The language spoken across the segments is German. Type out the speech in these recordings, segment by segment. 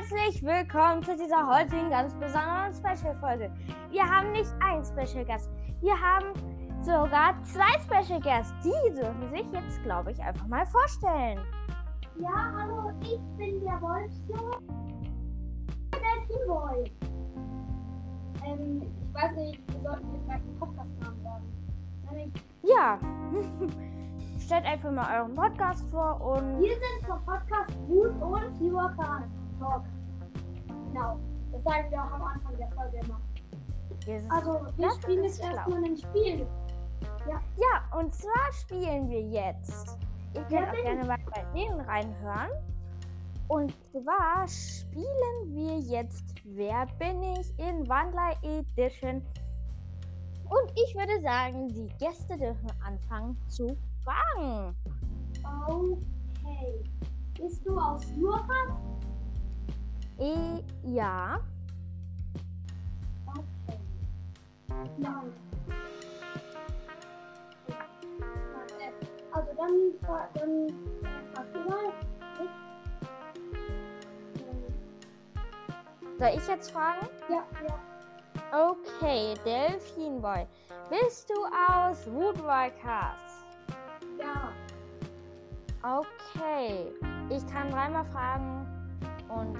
Herzlich willkommen zu dieser heutigen ganz besonderen Special-Folge. Wir haben nicht einen Special-Gast, wir haben sogar zwei Special-Guests. Die dürfen sich jetzt, glaube ich, einfach mal vorstellen. Ja, hallo, ich bin der Wolfsjunge. Der Teamboy. Ich weiß nicht, wir sollten jetzt gleich einen Podcast-Namen sagen. Ja, stellt einfach mal euren Podcast vor und... Wir sind vom Podcast Gut und Seawalker Talk. Genau, das sagen wir auch am Anfang der Folge immer. Also, wir spielen jetzt erstmal ein Spiel. Ja, und zwar spielen wir jetzt. Ihr könnt auch gerne mal bei denen reinhören. Und zwar spielen wir jetzt Wer bin ich in Wandler Edition. Und ich würde sagen, die Gäste dürfen anfangen zu fragen. Okay. Bist du aus Seawalker? Ja. Okay. Nein. Also dann frag du mal. Soll ich jetzt fragen? Ja. Okay, Delfinboy. Bist du aus Woodwalkers? Ja. Okay. Ich kann dreimal fragen. Und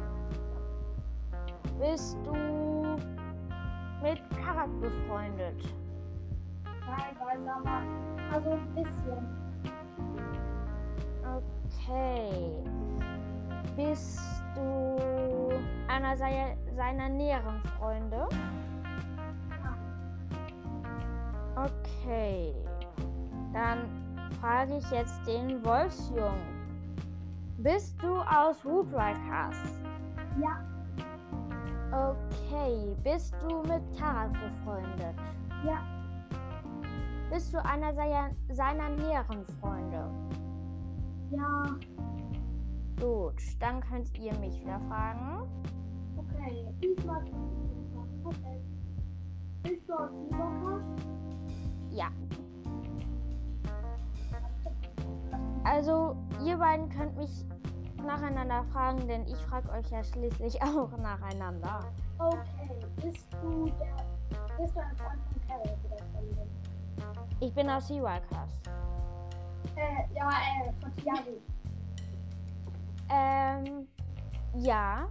bist du mit Karak befreundet? Teilweise, aber also ein bisschen. Okay. Bist du einer seiner näheren Freunde? Ja. Okay. Dann frage ich jetzt den Wolfsjungen. Bist du aus Woodwalkers? Ja. Okay. Bist du mit Karak befreundet? Ja. Bist du einer seiner näheren Freunde? Ja. Gut, dann könnt ihr mich wieder fragen. Okay. Diesmal. Okay. Bist du aus Seawalker? Ja. Also, ihr beiden könnt mich nacheinander fragen, denn ich frage euch ja schließlich auch nacheinander. Okay. Bist du ein Freund von Carol oder Freundin? Ich bin aus Seawalkers. Von Tiago. Ja.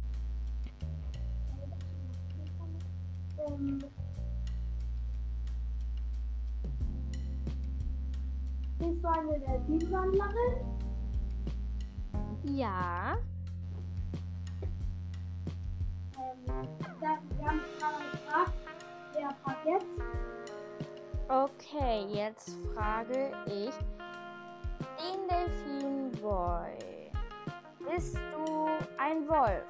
Bist du eine Delfinwandlerin? Ja. Wir haben gerade gefragt. Wer fragt jetzt? Okay, jetzt frage ich den Delfinboy. Bist du ein Wolf?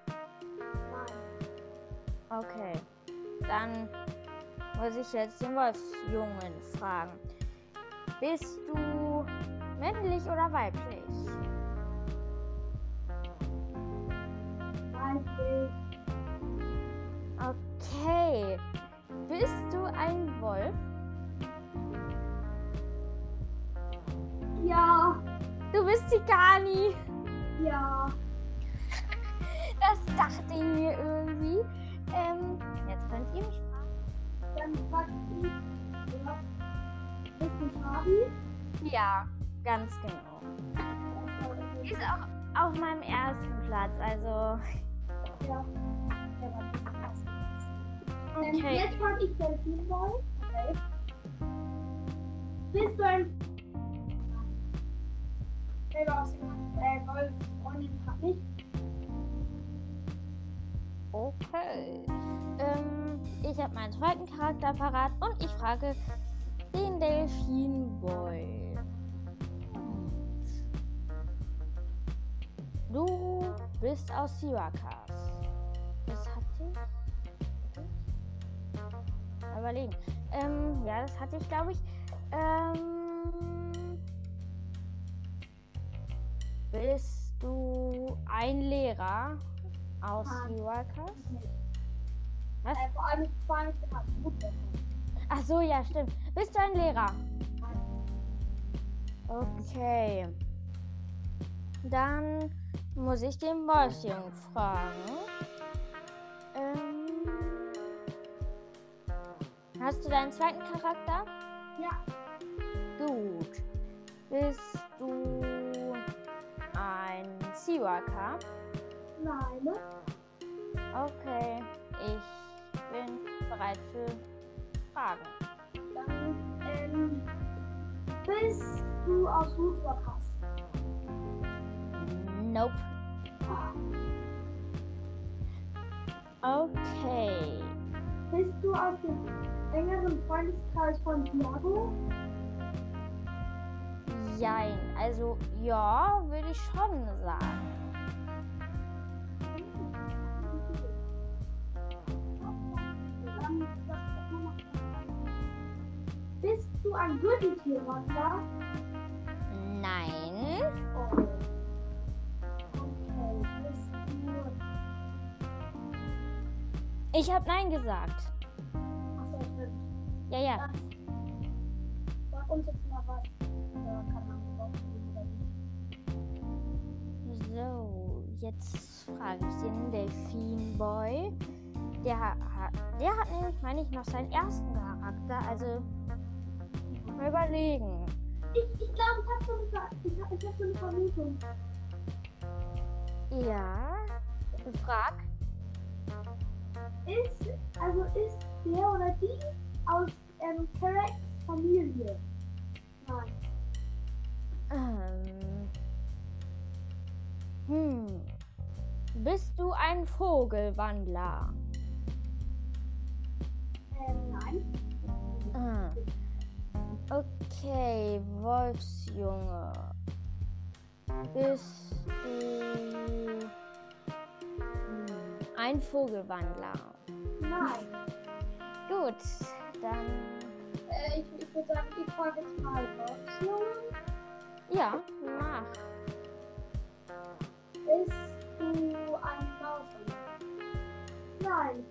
Nein. Okay, dann muss ich jetzt den Wolfsjungen fragen. Bist du männlich oder weiblich? Weiblich. Okay, bist du ein Wolf? Ja. Du bist Tikani. Ja. Das dachte ich mir irgendwie. Jetzt könnt ihr mich fragen. Dann frag ich. Ja. Bist du Fabi? Ja, ganz genau. Die ist auch auf meinem ersten Platz, also... Ja. Der war das. Okay. Jetzt frag ich Delfinboy. Okay. Bist du ein... Wolf, Freundin hat nicht. Okay. Ich habe meinen zweiten Charakter parat und ich frage den Delfinboy. Du bist aus Seawalkers. Das hatte ich? Mal überlegen. Ja, das hatte ich, glaube ich. Bist du ein Lehrer aus Seawalkers? Was? Vor allem ich bin halt gut. Ach so, ja, stimmt. Bist du ein Lehrer? Okay. Dann muss ich den Wolfsjungen fragen. Hast du deinen zweiten Charakter? Ja. Gut. Bist du ein Seawalker? Nein. Okay, ich bin bereit für Fragen. Dann, bist du aus Woodwalkers? Nope. Okay. Bist du aus dem engeren Freundeskreis von Diago? Jein, also ja, würde ich schon sagen. Bist du ein Gürteltierwandler? Nein. Oh. Okay, bist du... Ich habe Nein gesagt. Achso, stimmt. Ja. Dann sag uns jetzt mal was. Kann man So, jetzt frage ich den Delfinboy. Der hat nämlich, meine ich, noch seinen ersten Charakter. Also, mal überlegen. Ich glaube, ich hab so eine Vermutung. Ja, frag. Ist der oder die aus Carax Familie? Nein. Bist du ein Vogelwandler? Nein. Okay, Wolfsjunge. Bist du ein Vogelwandler? Nein. Gut, dann... Ich würde sagen, ich frage jetzt mal Wolfsjunge. Ja, mach. Bist du ein Mausjunge? Nein.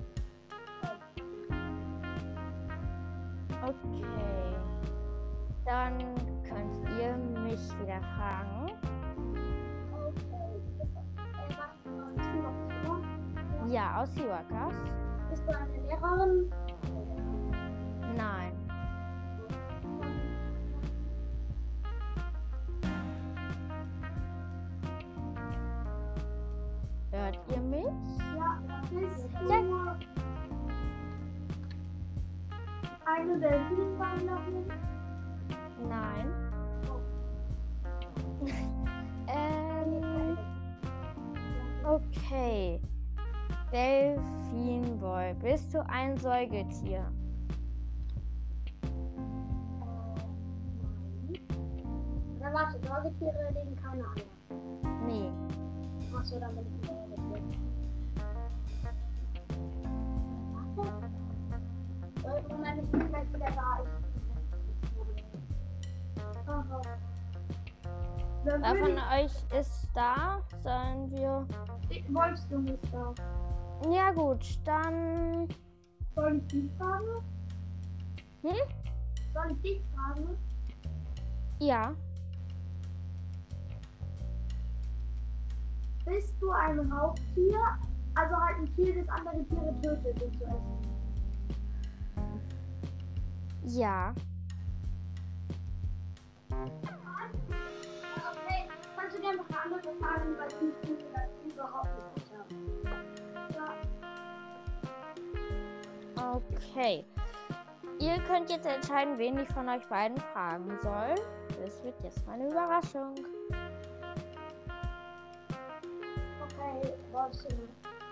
Okay. Dann könnt ihr mich wieder fragen. Okay. Bist du noch? Ja, aus Seawalkers. Bist du eine Lehrerin? Nein. Hört ihr mich? Ja. Bist du Ja. eine Delfinwandlerin? Nein. Okay. Delfinboy, bist du ein Säugetier? Nein. Na warte, Säugetiere legen keine Eier. Nee. Achso, dann bin ich ein Säugetier. Moment, ich bin gleich wieder da. Aha. Wer von euch ist da? Sollen wir... Wolfsjunge ist da. Ja gut, dann... Soll ich dich fragen? Hm? Soll ich dich fragen? Ja. Bist du ein Raubtier? Also halt ein Tier, das andere Tiere tötet, um zu essen. Ja. Okay, kannst du dir noch eine andere fragen, weil ich bin mir überhaupt nicht sicher. Ja. Okay. Ihr könnt jetzt entscheiden, wen ich von euch beiden fragen soll. Das wird jetzt meine Überraschung. Okay, Wolfsjunge.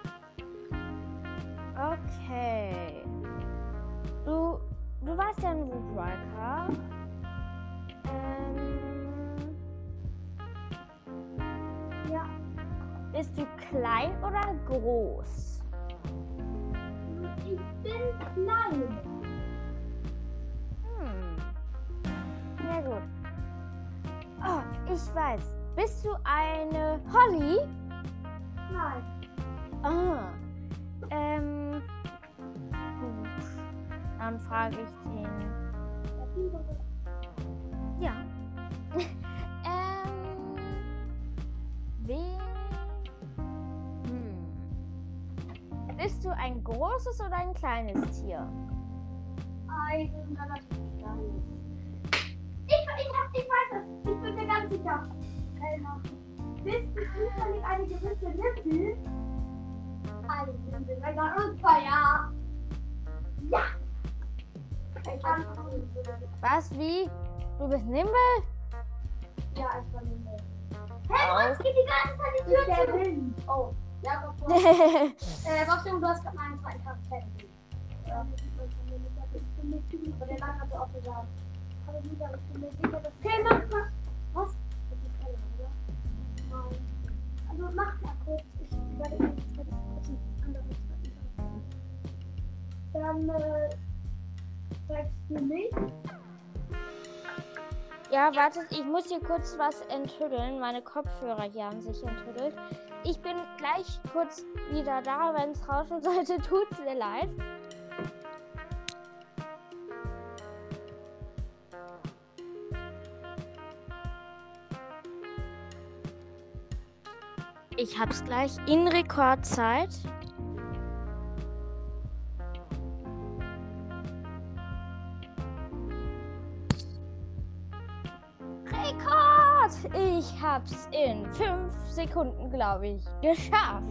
Okay. Du warst ja ein Woodwalker. Ja. Bist du klein oder groß? Ich bin klein. Ja gut. Oh, ich weiß. Bist du eine Holly? Nein. Ah. Gut. Dann frage ich den. Ja. Wen Bist du ein großes oder ein kleines Tier? Ein relativ kleines. Ich weiß es. Ich bin mir ganz sicher. Bist du zufällig eine gewisse Lippe? Eine Lippe. Und zwar ja. Ja. Was, wie? Du bist Nimble? Ja, ich war Nimbel. Hey, uns geht die ganze Zeit die Tür zu. Der Wind. Oh, ja, Wolfgang, du hast gerade meinen zweiten Charakter gesehen. Ja. Und der Mann hat auch gesagt. Aber ich bin mir sicher, dass... Okay, mach mal. Was? Das ist heller, oder? Nein. Also mach mal kurz. Ich werde jetzt kurz einen anderen zweiten Charakter. Dann zeigst du mich. Ja, wartet, ich muss hier kurz was enttüddeln. Meine Kopfhörer hier haben sich enttüddelt. Ich bin gleich kurz wieder da, wenn es rauschen sollte. Tut's mir leid. Ich hab's gleich in Rekordzeit. Ich hab's in 5 Sekunden, glaube ich, geschafft.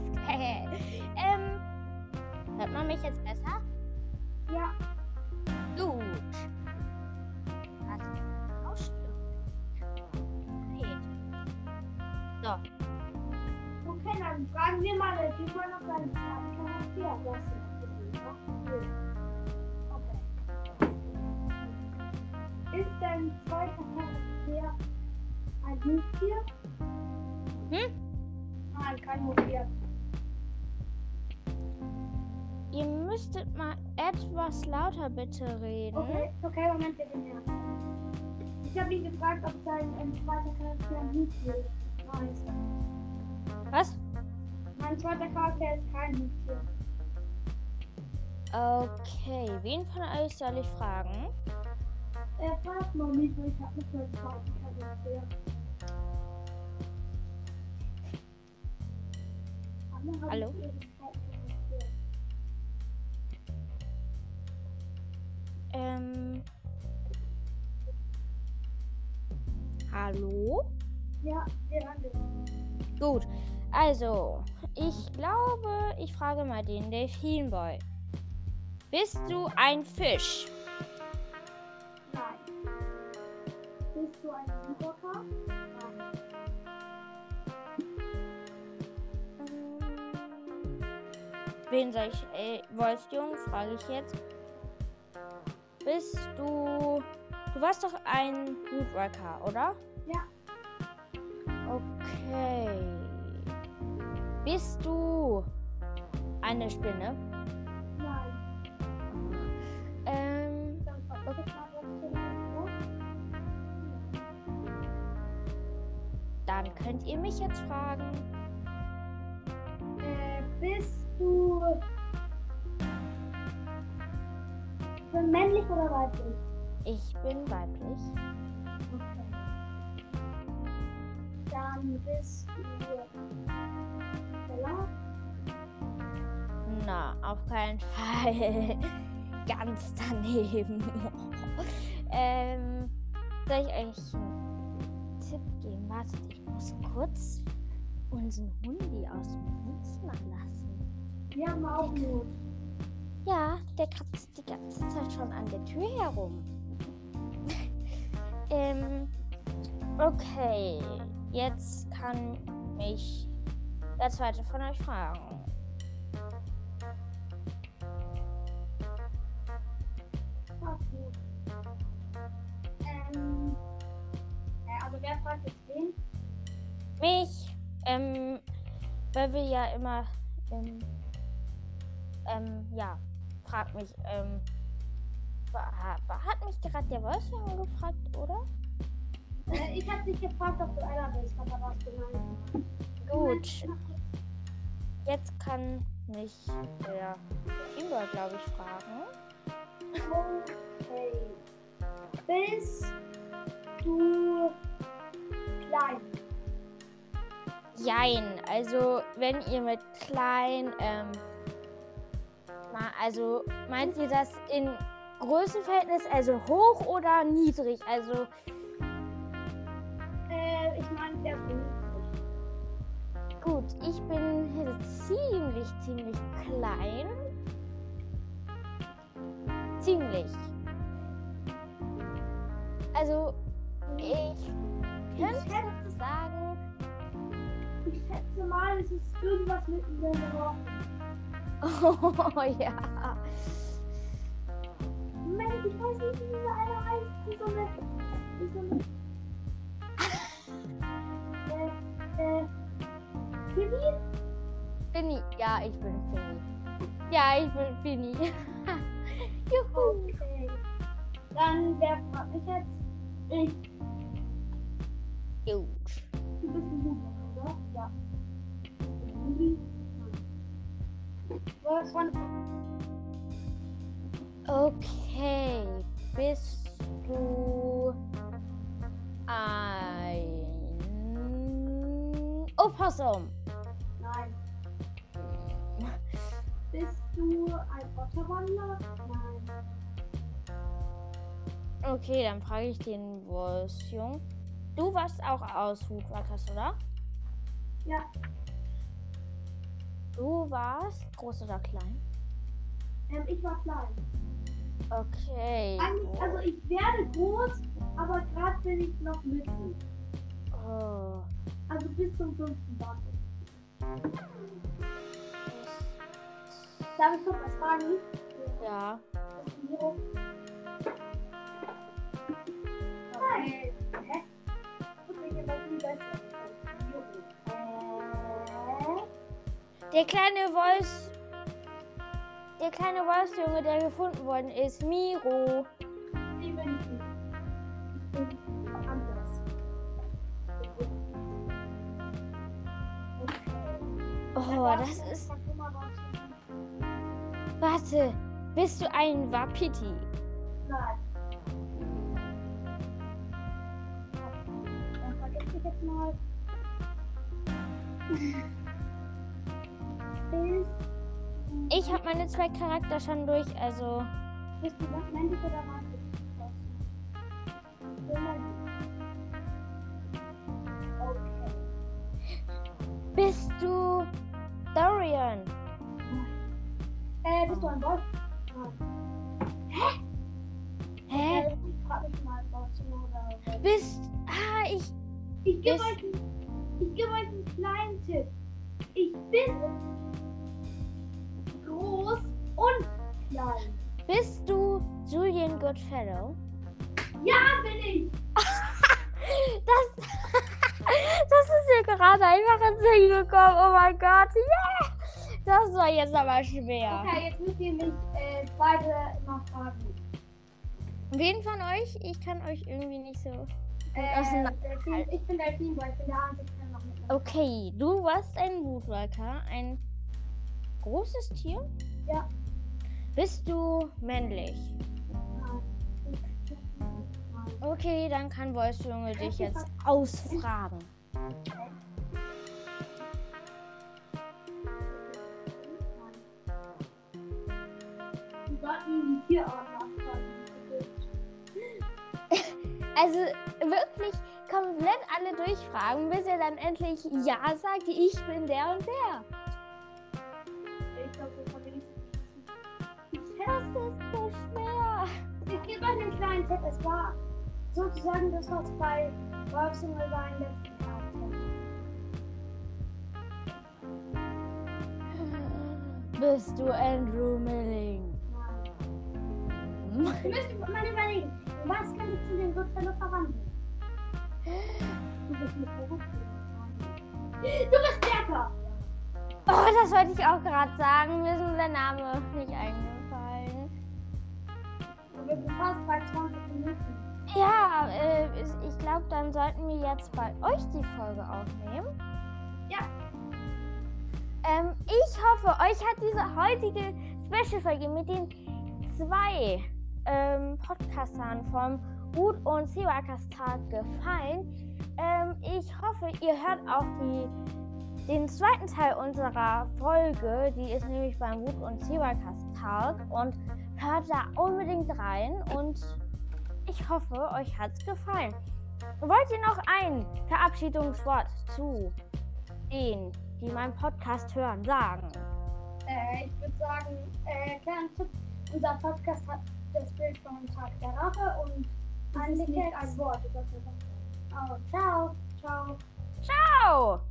Hört man mich jetzt besser? Ja. Gut. Was? So. Okay, dann fragen wir mal, wie man noch seinen zweiten Charakter Okay. Ist dein zweiter Charakter ein Haustier? Nein, kein Haustier. Ihr müsstet mal etwas lauter bitte reden. Okay, Moment, wir sind her. Ich habe ihn gefragt, ob sein zweiter Charakter ein Haustier ist. Nein, ist er nicht. Was? Mein zweiter Charakter ist kein Haustier. Okay, wen von euch soll ich fragen? Fragt noch nicht, weil ich habe nicht meinen zweiten Charakter. Hallo? Hallo? Ja, wir hören dich. Gut, also, ich glaube, ich frage mal den Delfinboy. Bist du ein Fisch? Nein. Bist du ein Supercar? Nein. Wen soll ich, Wolfsjung, frage ich jetzt. Bist du... Du warst doch ein Woodworker, oder? Ja. Okay. Bist du eine Spinne? Nein. Dann könnt ihr mich jetzt fragen. Bist du männlich oder weiblich? Ich bin weiblich. Okay. Dann bist du Bella? Na, auf keinen Fall. Ganz daneben. Soll ich euch einen Tipp geben? Wartet, ich muss kurz unseren Hundi aus dem Wohnzimmer lassen. Wir haben auch Not. Ja, der kratzt die ganze Zeit schon an der Tür herum. Okay, jetzt kann mich der zweite von euch fragen. Ach, gut. Also wer fragt jetzt wen? Mich, weil wir ja immer, ja, fragt mich, hat mich gerade der Wolfgang gefragt, oder? Ich hab dich gefragt, ob du einer bist, aber was du meinst. Gut. Jetzt kann mich der Kimber, glaube ich, fragen. Okay. Bist du klein? Jein, also wenn ihr mit klein Also meint ihr das in Größenverhältnis, also hoch oder niedrig? Also Ich meine, der ist niedrig. gut, ich bin ziemlich klein. Ziemlich. Also ich könnte sagen, Ich schätze mal, es ist irgendwas mitten in der Woche. oh ja. Mensch, ich weiß nicht, wie diese eine heißt. Die so eine. Finny? Finny. Ja, ich bin Finny. Ja, ich bin Finny. Juhu. Okay. Dann, wer fragt mich jetzt? Ich. Gut. Du bist ein Huber, oder? Ja. Was von. Okay. Bist du ein Opossum? Nein. Bist du ein Otterwandler? Nein. Okay, dann frage ich den Wolfsjungen. Du warst auch aus Woodwalkers, oder? Ja. Du warst groß oder klein? Ich war klein. Okay. Eigentlich, also ich werde groß, aber gerade bin ich noch mittel. Oh. Also bis zum 5. Band. Darf ich noch was fragen? Ja. Okay. Hä? Okay, ich war viel besser. Der kleine Wolfsjunge, der gefunden worden ist, Miro. Ich bin nicht. Ich bin anders. Oh, das ist... Warte, bist du ein Wapiti? Nein. Dann vergesse ich jetzt mal. Ich habe meine 2 Charakter schon durch, also... Bist du männlich oder weiblich? Okay. Bist du Dorian? Bist du ein Wolf? Nein. Hä? Ich frage mich mal, was du oder Bist... Ich gebe euch einen kleinen Tipp. Ich bin groß und klein. Bist du Julian Goodfellow? Ja, bin ich. Das ist mir gerade einfach ins Sinn gekommen. Oh mein Gott. Yeah! Das war jetzt aber schwer. Okay, jetzt müsst ihr mich beide mal fragen. Wen von euch? Ich kann euch irgendwie nicht so gut Delfin, ich bin Delfin, weil ich bin der Einzige, der noch mit. Okay, du warst ein Woodwalker. Ein großes Tier? Ja. Bist du männlich? Nein. Okay, dann kann Wolfsjunge dich jetzt ausfragen. Wir sollten die Tierart nachfragen. Also wirklich komplett alle durchfragen, bis er dann endlich Ja sagt, ich bin der und der. Ich glaube, das habe ich nicht. Das ist so schwer. Ich gebe euch einen kleinen Tipp. Es war sozusagen das, was bei Wolfsjunge seinen letzten Tag. Bist du Andrew Milling? Nein. Ihr müsst mal überlegen, was kann ich zu den Goodfellow verwandeln? Du bist nicht verrückt. Du bist stärker! Oh, das wollte ich auch gerade sagen. Mir ist nur der Name nicht eingefallen. Wir sind fast bei 20 Minuten. Ja, ich glaube, dann sollten wir jetzt bei euch die Folge aufnehmen. Ja. Ich hoffe, euch hat diese heutige Special-Folge mit den 2 Podcastern vom Wood- und Seawalkers Tag gefallen. Ich hoffe, ihr hört auch die den zweiten Teil unserer Folge, die ist nämlich beim Wut- und Zebrakast-Tag und hört da unbedingt rein und ich hoffe, euch hat's gefallen. Wollt ihr noch ein Verabschiedungswort zu denen, die meinen Podcast hören, sagen? Ich würde sagen, kleiner Tipp, unser Podcast hat das Bild von Tag der Rache und eigentlich ein Wort. Oh, ciao. Ciao. Ciao!